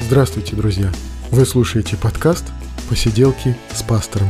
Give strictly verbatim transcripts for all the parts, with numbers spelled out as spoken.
Здравствуйте, друзья! Вы слушаете подкаст «Посиделки с пастором».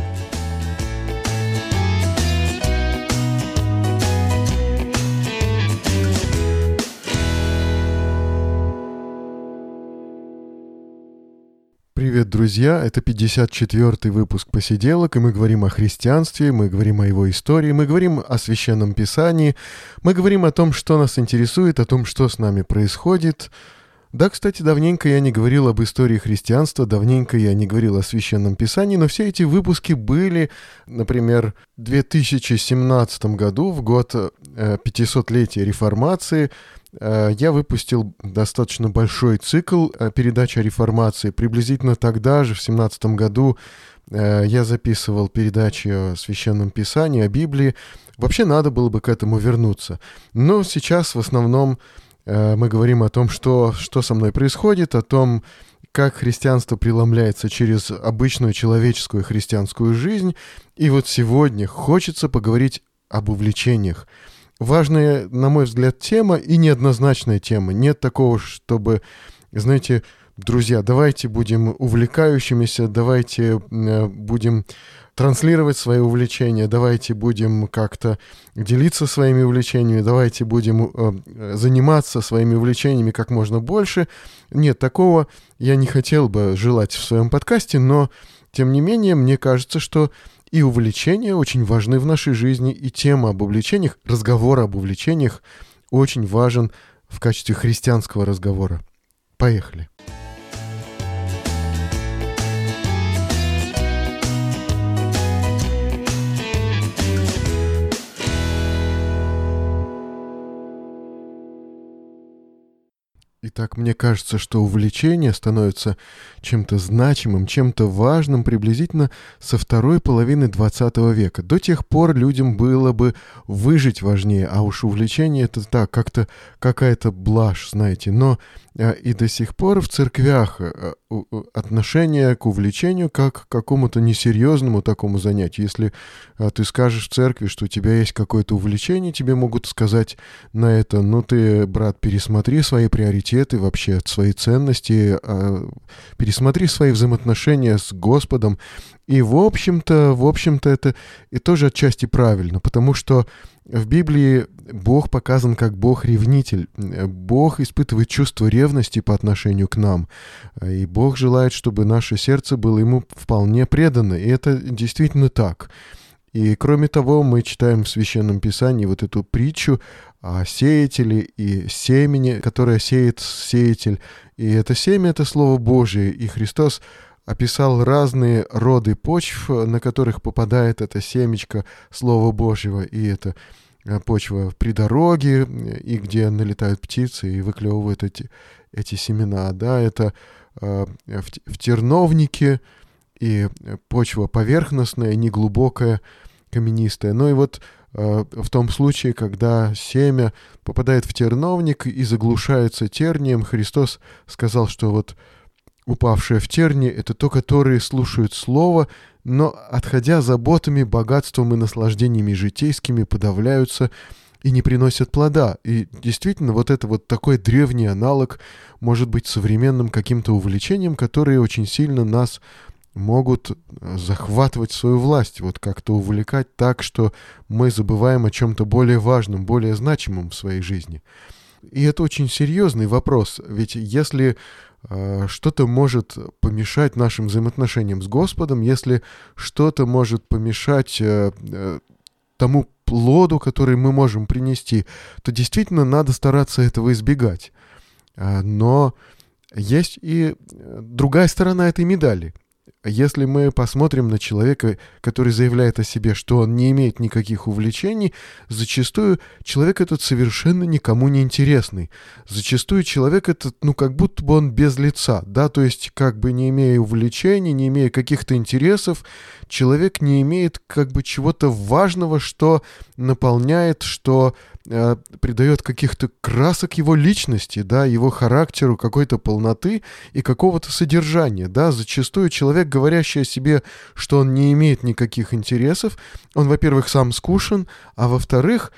Привет, друзья! Это пятьдесят четвёртый выпуск «Посиделок», и мы говорим о христианстве, мы говорим о его истории, мы говорим о Священном Писании, мы говорим о том, что нас интересует, о том, что с нами происходит. Да, кстати, давненько я не говорил об истории христианства, давненько я не говорил о Священном Писании, но все эти выпуски были, например, в две тысячи семнадцатом году, в год пятисотлетия Реформации, я выпустил достаточно большой цикл передач о Реформации. Приблизительно тогда же, в семнадцатом году, я записывал передачи о Священном Писании, о Библии. Вообще надо было бы к этому вернуться. Но сейчас в основном мы говорим о том, что, что со мной происходит, о том, как христианство преломляется через обычную человеческую христианскую жизнь. И вот сегодня хочется поговорить об увлечениях. Важная, на мой взгляд, тема и неоднозначная тема. Нет такого, чтобы, знаете, друзья, давайте будем увлекающимися, давайте будем транслировать свои увлечения, давайте будем как-то делиться своими увлечениями, давайте будем э, заниматься своими увлечениями как можно больше. Нет, такого я не хотел бы желать в своем подкасте, но, тем не менее, мне кажется, что и увлечения очень важны в нашей жизни, и тема об увлечениях, разговор об увлечениях очень важен в качестве христианского разговора. Поехали. Итак, мне кажется, что увлечение становится чем-то значимым, чем-то важным приблизительно со второй половины двадцатого века. До тех пор людям было бы выжить важнее, а уж увлечение — это так, как-то какая-то блажь, знаете. Но и до сих пор в церквях отношение к увлечению как к какому-то несерьезному такому занятию. Если ты скажешь в церкви, что у тебя есть какое-то увлечение, тебе могут сказать на это: ну ты, брат, пересмотри свои приоритеты вообще, свои ценности, пересмотри свои взаимоотношения с Господом. И в общем-то, в общем-то это и тоже отчасти правильно, потому что в Библии Бог показан как Бог-ревнитель. Бог испытывает чувство ревности по отношению к нам. И Бог желает, чтобы наше сердце было Ему вполне предано. И это действительно так. И кроме того, мы читаем в Священном Писании вот эту притчу о сеятеле и семени, которое сеет сеятель. И это семя — это Слово Божие. И Христос описал разные роды почв, на которых попадает это семечко Слова Божьего. И это почва при дороге, и где налетают птицы и выклевывают эти, эти семена. Да, это э, в, в терновнике, и почва поверхностная, неглубокая, каменистая. Ну и вот э, в том случае, когда семя попадает в терновник и заглушается тернием, Христос сказал, что вот упавшие в терни — это то, которые слушают слово, но, отходя заботами, богатством и наслаждениями житейскими, подавляются и не приносят плода. И действительно, вот это вот такой древний аналог может быть современным каким-то увлечением, которые очень сильно нас могут захватывать в свою власть, вот как-то увлекать так, что мы забываем о чем-то более важном, более значимом в своей жизни. И это очень серьезный вопрос, ведь если э, что-то может помешать нашим взаимоотношениям с Господом, если что-то может помешать э, э, тому плоду, который мы можем принести, то действительно надо стараться этого избегать. Э, но есть и другая сторона этой медали. Если мы посмотрим на человека, который заявляет о себе, что он не имеет никаких увлечений, зачастую человек этот совершенно никому не интересный. Зачастую человек этот, ну, как будто бы он без лица, да, то есть как бы не имея увлечений, не имея каких-то интересов, человек не имеет как бы чего-то важного, что наполняет, что э, придает каких-то красок его личности, да, его характеру, какой-то полноты и какого-то содержания, да. Зачастую человек, говорящий о себе, что он не имеет никаких интересов, он, во-первых, сам скучен, а во-вторых,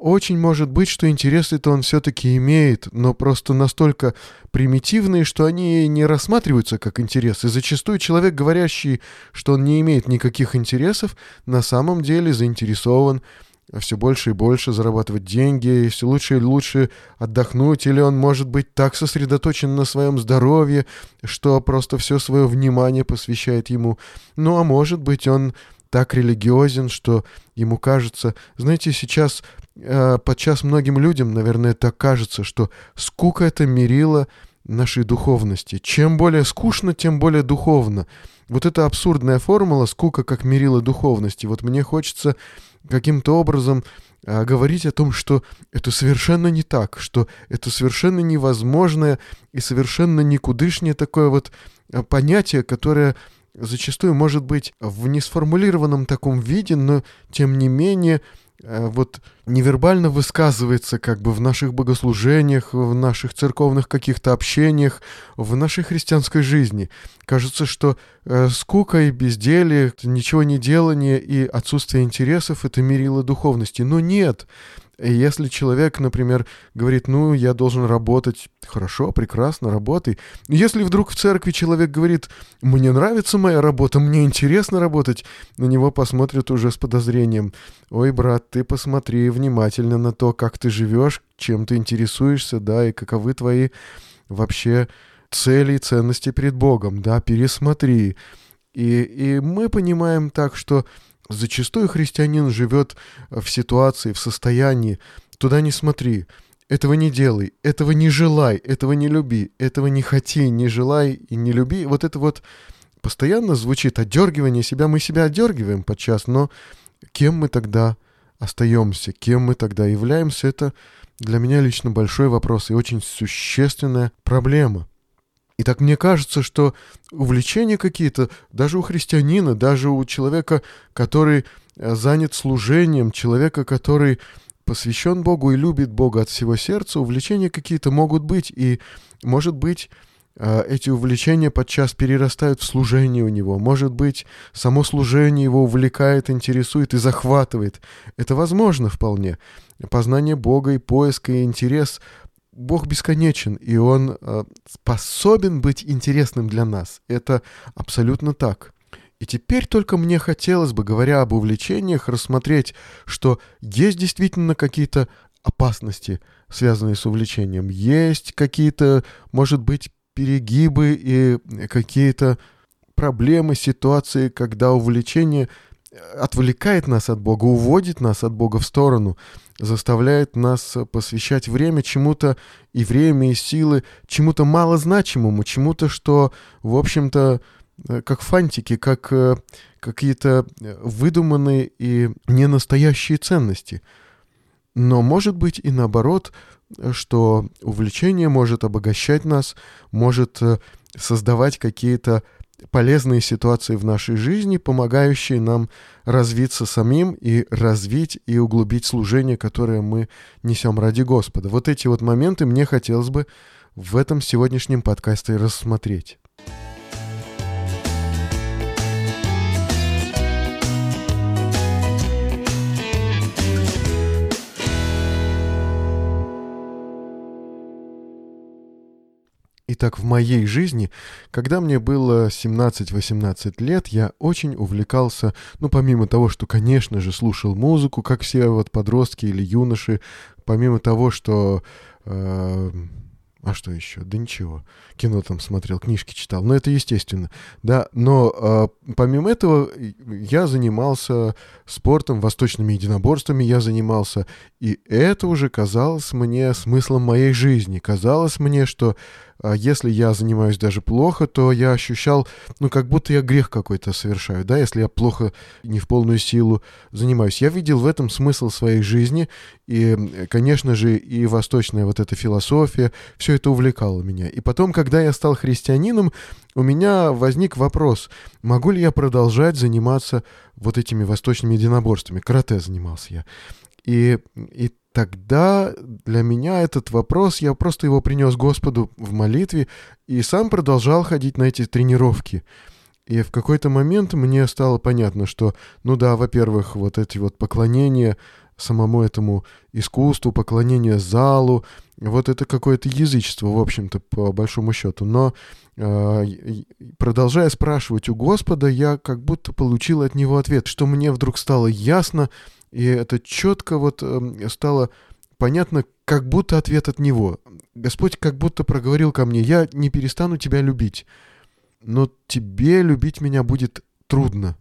очень может быть, что интересы-то он все-таки имеет, но просто настолько примитивные, что они не рассматриваются как интересы. Зачастую человек, говорящий, что он не имеет никаких интересов, на самом деле заинтересован все больше и больше зарабатывать деньги, все лучше и лучше отдохнуть, или он может быть так сосредоточен на своем здоровье, что просто все свое внимание посвящает ему. Ну, а может быть, он так религиозен, что ему кажется... Знаете, сейчас э, подчас многим людям, наверное, так кажется, что скука — это мерило нашей духовности. Чем более скучно, тем более духовно. Вот эта абсурдная формула «скука как мерило духовности». Вот мне хочется каким-то образом э, говорить о том, что это совершенно не так, что это совершенно невозможное и совершенно никудышнее такое вот э, понятие, которое зачастую может быть в несформулированном таком виде, но тем не менее э, вот невербально высказывается как бы в наших богослужениях, в наших церковных каких-то общениях, в нашей христианской жизни. Кажется, что э, скука и безделье, ничего не делание и отсутствие интересов — это мерило духовности. Но нет. Если человек, например, говорит, ну, я должен работать, хорошо, прекрасно, работай. Если вдруг в церкви человек говорит, мне нравится моя работа, мне интересно работать, на него посмотрят уже с подозрением. Ой, брат, ты посмотри внимательно на то, как ты живешь, чем ты интересуешься, да, и каковы твои вообще цели и ценности перед Богом, да, пересмотри. И, и мы понимаем так, что зачастую христианин живет в ситуации, в состоянии «туда не смотри», «этого не делай», «этого не желай», «этого не люби», «этого не хоти», «не желай» и «не люби». Вот это вот постоянно звучит отдергивание себя. Мы себя отдергиваем подчас, но кем мы тогда остаемся, кем мы тогда являемся, это для меня лично большой вопрос и очень существенная проблема. Итак, мне кажется, что увлечения какие-то, даже у христианина, даже у человека, который занят служением, человека, который посвящен Богу и любит Бога от всего сердца, увлечения какие-то могут быть, и, может быть, эти увлечения подчас перерастают в служение у него. Может быть, само служение его увлекает, интересует и захватывает. Это возможно вполне. Познание Бога и поиск, и интерес — Бог бесконечен, и Он э, способен быть интересным для нас. Это абсолютно так. И теперь только мне хотелось бы, говоря об увлечениях, рассмотреть, что есть действительно какие-то опасности, связанные с увлечением. Есть какие-то, может быть, перегибы и какие-то проблемы, ситуации, когда увлечение отвлекает нас от Бога, уводит нас от Бога в сторону, заставляет нас посвящать время чему-то, и время, и силы, чему-то малозначимому, чему-то, что, в общем-то, как фантики, как какие-то выдуманные и ненастоящие ценности. Но может быть и наоборот, что увлечение может обогащать нас, может создавать какие-то полезные ситуации в нашей жизни, помогающие нам развиться самим и развить и углубить служение, которое мы несем ради Господа. Вот эти вот моменты мне хотелось бы в этом сегодняшнем подкасте рассмотреть. Итак, в моей жизни, когда мне было семнадцать-восемнадцать лет, я очень увлекался, ну, помимо того, что, конечно же, слушал музыку, как все вот подростки или юноши, помимо того, что... Э, а что еще? Да ничего. Кино там смотрел, книжки читал. Но это естественно. Да, но э, помимо этого я занимался спортом, восточными единоборствами я занимался. И это уже казалось мне смыслом моей жизни. Казалось мне, что э, если я занимаюсь даже плохо, то я ощущал, ну, как будто я грех какой-то совершаю. Да, если я плохо, не в полную силу занимаюсь. Я видел в этом смысл своей жизни. И, конечно же, и восточная вот эта философия, все это увлекало меня. И потом, когда я стал христианином, у меня возник вопрос, могу ли я продолжать заниматься вот этими восточными единоборствами. Карате занимался я. И, и тогда для меня этот вопрос, я просто его принес Господу в молитве и сам продолжал ходить на эти тренировки. И в какой-то момент мне стало понятно, что, ну да, во-первых, вот эти вот поклонения самому этому искусству, поклонению залу. Вот это какое-то язычество, в общем-то, по большому счету. Но э, продолжая спрашивать у Господа, я как будто получил от Него ответ, что мне вдруг стало ясно, и это четко вот э, стало понятно, как будто ответ от Него. Господь как будто проговорил ко мне: «Я не перестану тебя любить, но тебе любить меня будет трудно».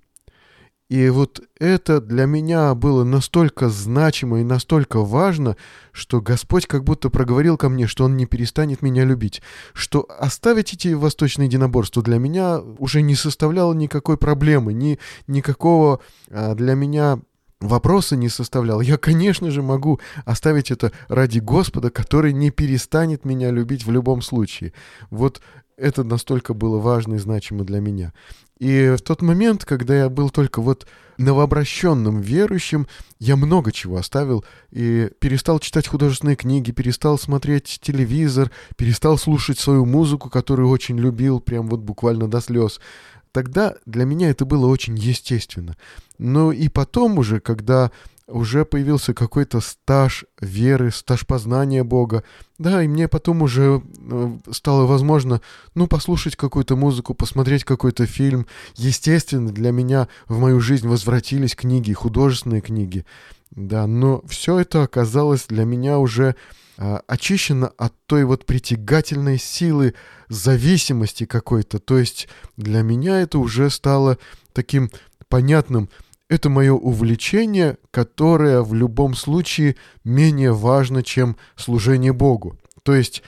И вот это для меня было настолько значимо и настолько важно, что Господь как будто проговорил ко мне, что Он не перестанет меня любить, что оставить эти восточные единоборства для меня уже не составляло никакой проблемы, ни, никакого а, для меня вопроса не составлял. Я, конечно же, могу оставить это ради Господа, который не перестанет меня любить в любом случае. Вот это настолько было важно и значимо для меня. И в тот момент, когда я был только вот новообращенным верующим, я много чего оставил и перестал читать художественные книги, перестал смотреть телевизор, перестал слушать свою музыку, которую очень любил, прям вот буквально до слез. Тогда для меня это было очень естественно. Но и потом уже, когда уже появился какой-то стаж веры, стаж познания Бога, да, и мне потом уже стало возможно, ну, послушать какую-то музыку, посмотреть какой-то фильм. Естественно, для меня в мою жизнь возвратились книги, художественные книги, да, но все это оказалось для меня уже а, очищено от той вот притягательной силы зависимости какой-то. То есть для меня это уже стало таким понятным. Это мое увлечение, которое в любом случае менее важно, чем служение Богу. То есть,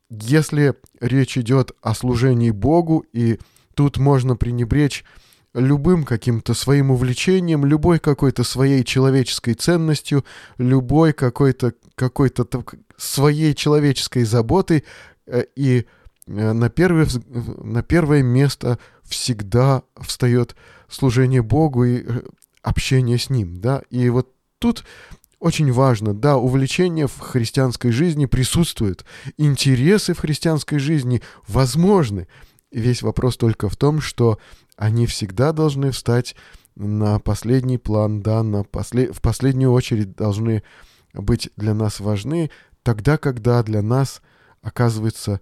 если речь идет о служении Богу, и тут можно пренебречь любым каким-то своим увлечением, любой какой-то своей человеческой ценностью, любой какой-то, какой-то своей человеческой заботой, и на первое, на первое место всегда встает служение Богу и общение с Ним, да, и вот тут очень важно, да, увлечение в христианской жизни присутствует, интересы в христианской жизни возможны. Весь вопрос только в том, что они всегда должны встать на последний план, да, на после... в последнюю очередь должны быть для нас важны, тогда, когда для нас оказывается,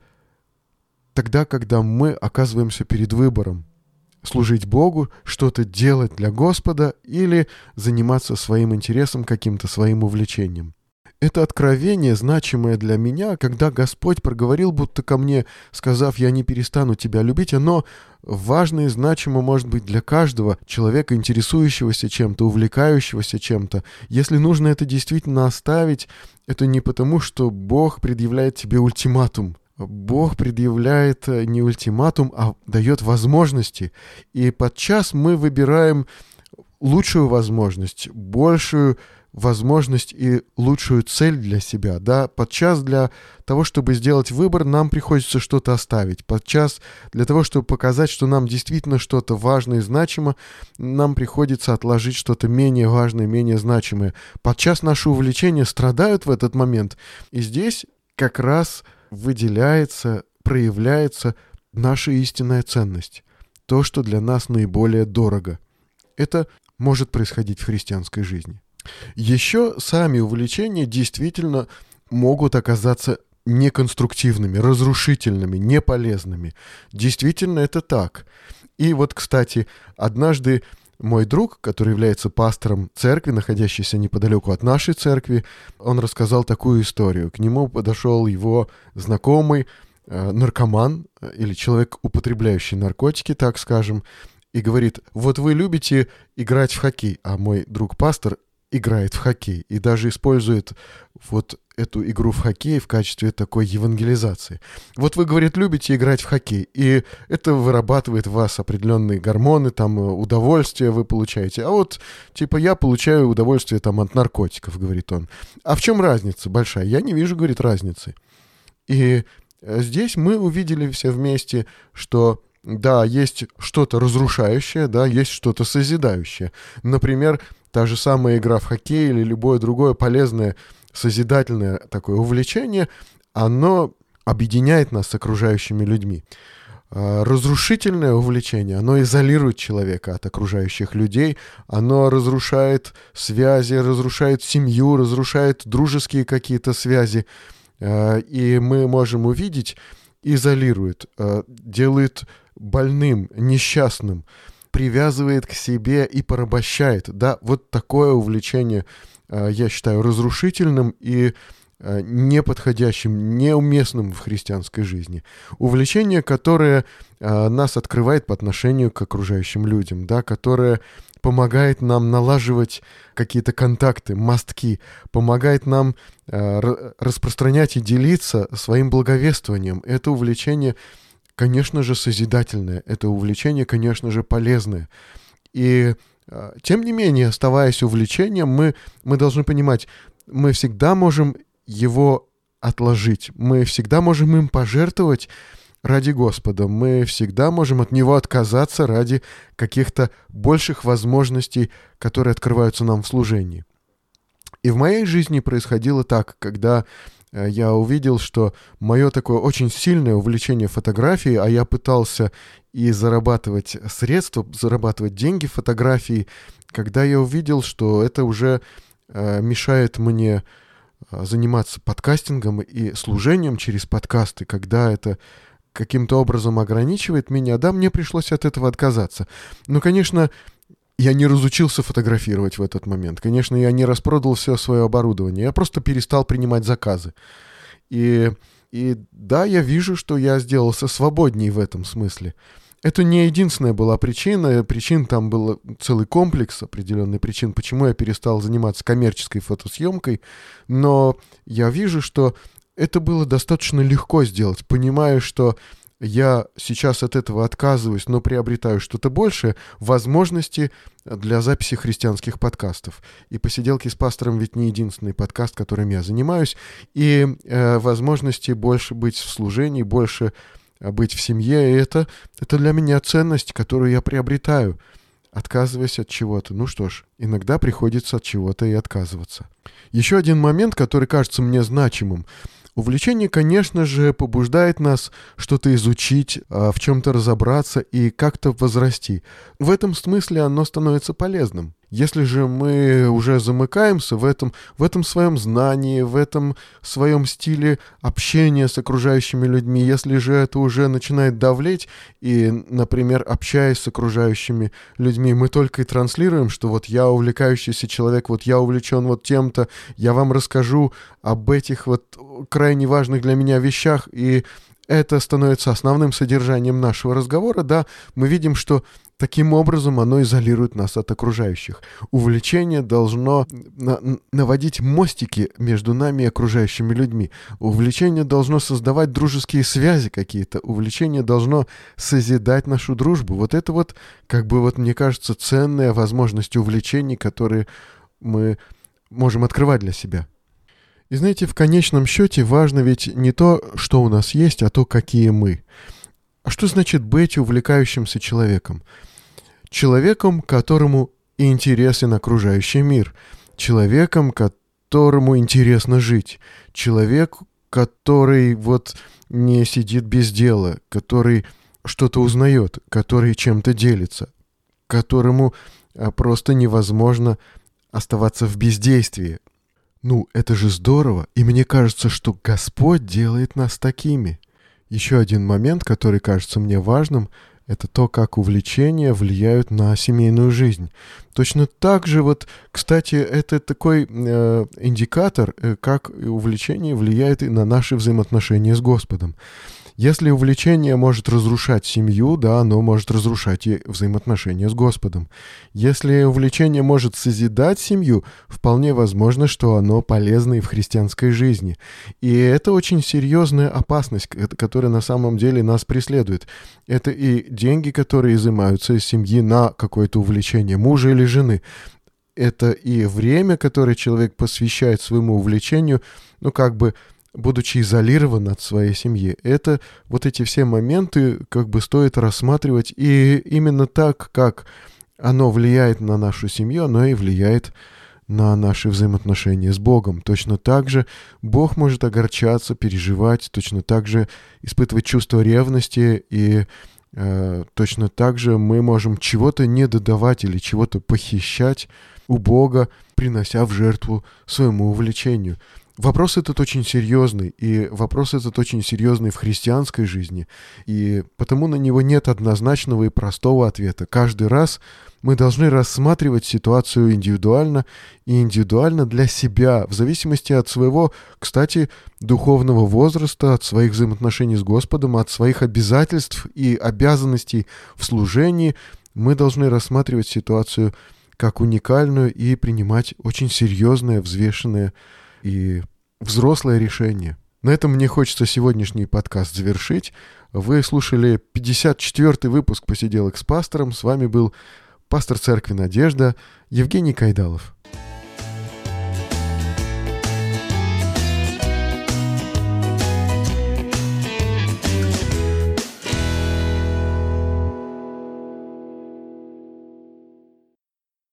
тогда, когда мы оказываемся перед выбором: служить Богу, что-то делать для Господа или заниматься своим интересом, каким-то своим увлечением. Это откровение, значимое для меня, когда Господь проговорил будто ко мне, сказав: «Я не перестану тебя любить», оно важно и значимо может быть для каждого человека, интересующегося чем-то, увлекающегося чем-то. Если нужно это действительно оставить, это не потому, что Бог предъявляет тебе ультиматум. Бог предъявляет не ультиматум, а дает возможности. И подчас мы выбираем лучшую возможность, большую возможность и лучшую цель для себя. Да? Подчас для того, чтобы сделать выбор, нам приходится что-то оставить. Подчас для того, чтобы показать, что нам действительно что-то важное и значимо, нам приходится отложить что-то менее важное, менее значимое. Подчас наши увлечения страдают в этот момент. И здесь как раз выделяется, проявляется наша истинная ценность. То, что для нас наиболее дорого. Это может происходить в христианской жизни. Еще сами увлечения действительно могут оказаться неконструктивными, разрушительными, неполезными. Действительно, это так. И вот, кстати, однажды мой друг, который является пастором церкви, находящейся неподалеку от нашей церкви, он рассказал такую историю. К нему подошел его знакомый э, наркоман или человек, употребляющий наркотики, так скажем, и говорит: вот вы любите играть в хоккей, а мой друг-пастор играет в хоккей и даже использует вот эту игру в хоккей в качестве такой евангелизации. Вот вы, говорит, любите играть в хоккей, и это вырабатывает в вас определенные гормоны, там, удовольствие вы получаете. А вот, типа, я получаю удовольствие там от наркотиков, говорит он. А в чем разница большая? Я не вижу, говорит, разницы. И здесь мы увидели все вместе, что да, есть что-то разрушающее, да, есть что-то созидающее. Например, та же самая игра в хоккей или любое другое полезное, созидательное такое увлечение, оно объединяет нас с окружающими людьми. А разрушительное увлечение, оно изолирует человека от окружающих людей, оно разрушает связи, разрушает семью, разрушает дружеские какие-то связи. И мы можем увидеть, изолирует, делает больным, несчастным, привязывает к себе и порабощает. Да, вот такое увлечение я считаю разрушительным и неподходящим, неуместным в христианской жизни. Увлечение, которое а, нас открывает по отношению к окружающим людям, да, которое помогает нам налаживать какие-то контакты, мостки, помогает нам а, распространять и делиться своим благовествованием. Это увлечение, конечно же, созидательное, это увлечение, конечно же, полезное. И а, тем не менее, оставаясь увлечением, мы, мы должны понимать, мы всегда можем его отложить. Мы всегда можем им пожертвовать ради Господа. Мы всегда можем от него отказаться ради каких-то больших возможностей, которые открываются нам в служении. И в моей жизни происходило так, когда я увидел, что мое такое очень сильное увлечение фотографией, а я пытался и зарабатывать средства, зарабатывать деньги в фотографии, когда я увидел, что это уже мешает мне заниматься подкастингом и служением через подкасты, когда это каким-то образом ограничивает меня, да, мне пришлось от этого отказаться. Но, конечно, я не разучился фотографировать в этот момент. Конечно, я не распродал все свое оборудование. Я просто перестал принимать заказы. И, и да, я вижу, что я сделался свободней в этом смысле. Это не единственная была причина, причин там был целый комплекс определенных причин, почему я перестал заниматься коммерческой фотосъемкой, но я вижу, что это было достаточно легко сделать, понимая, что я сейчас от этого отказываюсь, но приобретаю что-то большее, возможности для записи христианских подкастов. И «Посиделки с пастором» ведь не единственный подкаст, которым я занимаюсь, и э, возможности больше быть в служении, больше быть в семье, и это, это для меня ценность, которую я приобретаю, отказываясь от чего-то. Ну что ж, иногда приходится от чего-то и отказываться. Еще один момент, который кажется мне значимым. Увлечение, конечно же, побуждает нас что-то изучить, в чем-то разобраться и как-то возрасти. В этом смысле оно становится полезным. Если же мы уже замыкаемся в этом, в этом своем знании, в этом своем стиле общения с окружающими людьми, если же это уже начинает давлеть, и, например, общаясь с окружающими людьми, мы только и транслируем, что вот я увлекающийся человек, вот я увлечен вот тем-то, я вам расскажу об этих вот крайне важных для меня вещах, и это становится основным содержанием нашего разговора, да, мы видим, что таким образом оно изолирует нас от окружающих. Увлечение должно на- наводить мостики между нами и окружающими людьми. Увлечение должно создавать дружеские связи какие-то. Увлечение должно созидать нашу дружбу. Вот это вот, как бы вот, мне кажется, ценная возможность увлечений, которые мы можем открывать для себя. И знаете, в конечном счете важно ведь не то, что у нас есть, а то, какие мы. А что значит быть увлекающимся человеком? Человеком, которому интересен окружающий мир. Человеком, которому интересно жить. Человек, который вот не сидит без дела, который что-то узнает, который чем-то делится, которому просто невозможно оставаться в бездействии. Ну, это же здорово, и мне кажется, что Господь делает нас такими. Еще один момент, который кажется мне важным, это то, как увлечения влияют на семейную жизнь. Точно так же, вот, кстати, это такой э, индикатор, э, как увлечение влияет и на наши взаимоотношения с Господом. Если увлечение может разрушать семью, да, оно может разрушать и взаимоотношения с Господом. Если увлечение может созидать семью, вполне возможно, что оно полезно и в христианской жизни. И это очень серьезная опасность, которая на самом деле нас преследует. Это и деньги, которые изымаются из семьи на какое-то увлечение мужа или жены. Это и время, которое человек посвящает своему увлечению, ну, как бы, будучи изолирован от своей семьи. Это вот эти все моменты как бы стоит рассматривать, и именно так, как оно влияет на нашу семью, оно и влияет на наши взаимоотношения с Богом. Точно так же Бог может огорчаться, переживать, точно так же испытывать чувство ревности, и э, точно так же мы можем чего-то не додавать или чего-то похищать у Бога, принося в жертву своему увлечению. Вопрос этот очень серьезный, и вопрос этот очень серьезный в христианской жизни, и потому на него нет однозначного и простого ответа. Каждый раз мы должны рассматривать ситуацию индивидуально и индивидуально для себя, в зависимости от своего, кстати, духовного возраста, от своих взаимоотношений с Господом, от своих обязательств и обязанностей в служении. Мы должны рассматривать ситуацию как уникальную и принимать очень серьезное, взвешенное и взрослое решение. На этом мне хочется сегодняшний подкаст завершить. Вы слушали пятьдесят четвёртый выпуск «Посиделок с пастором». С вами был пастор Церкви Надежда Евгений Кайдалов.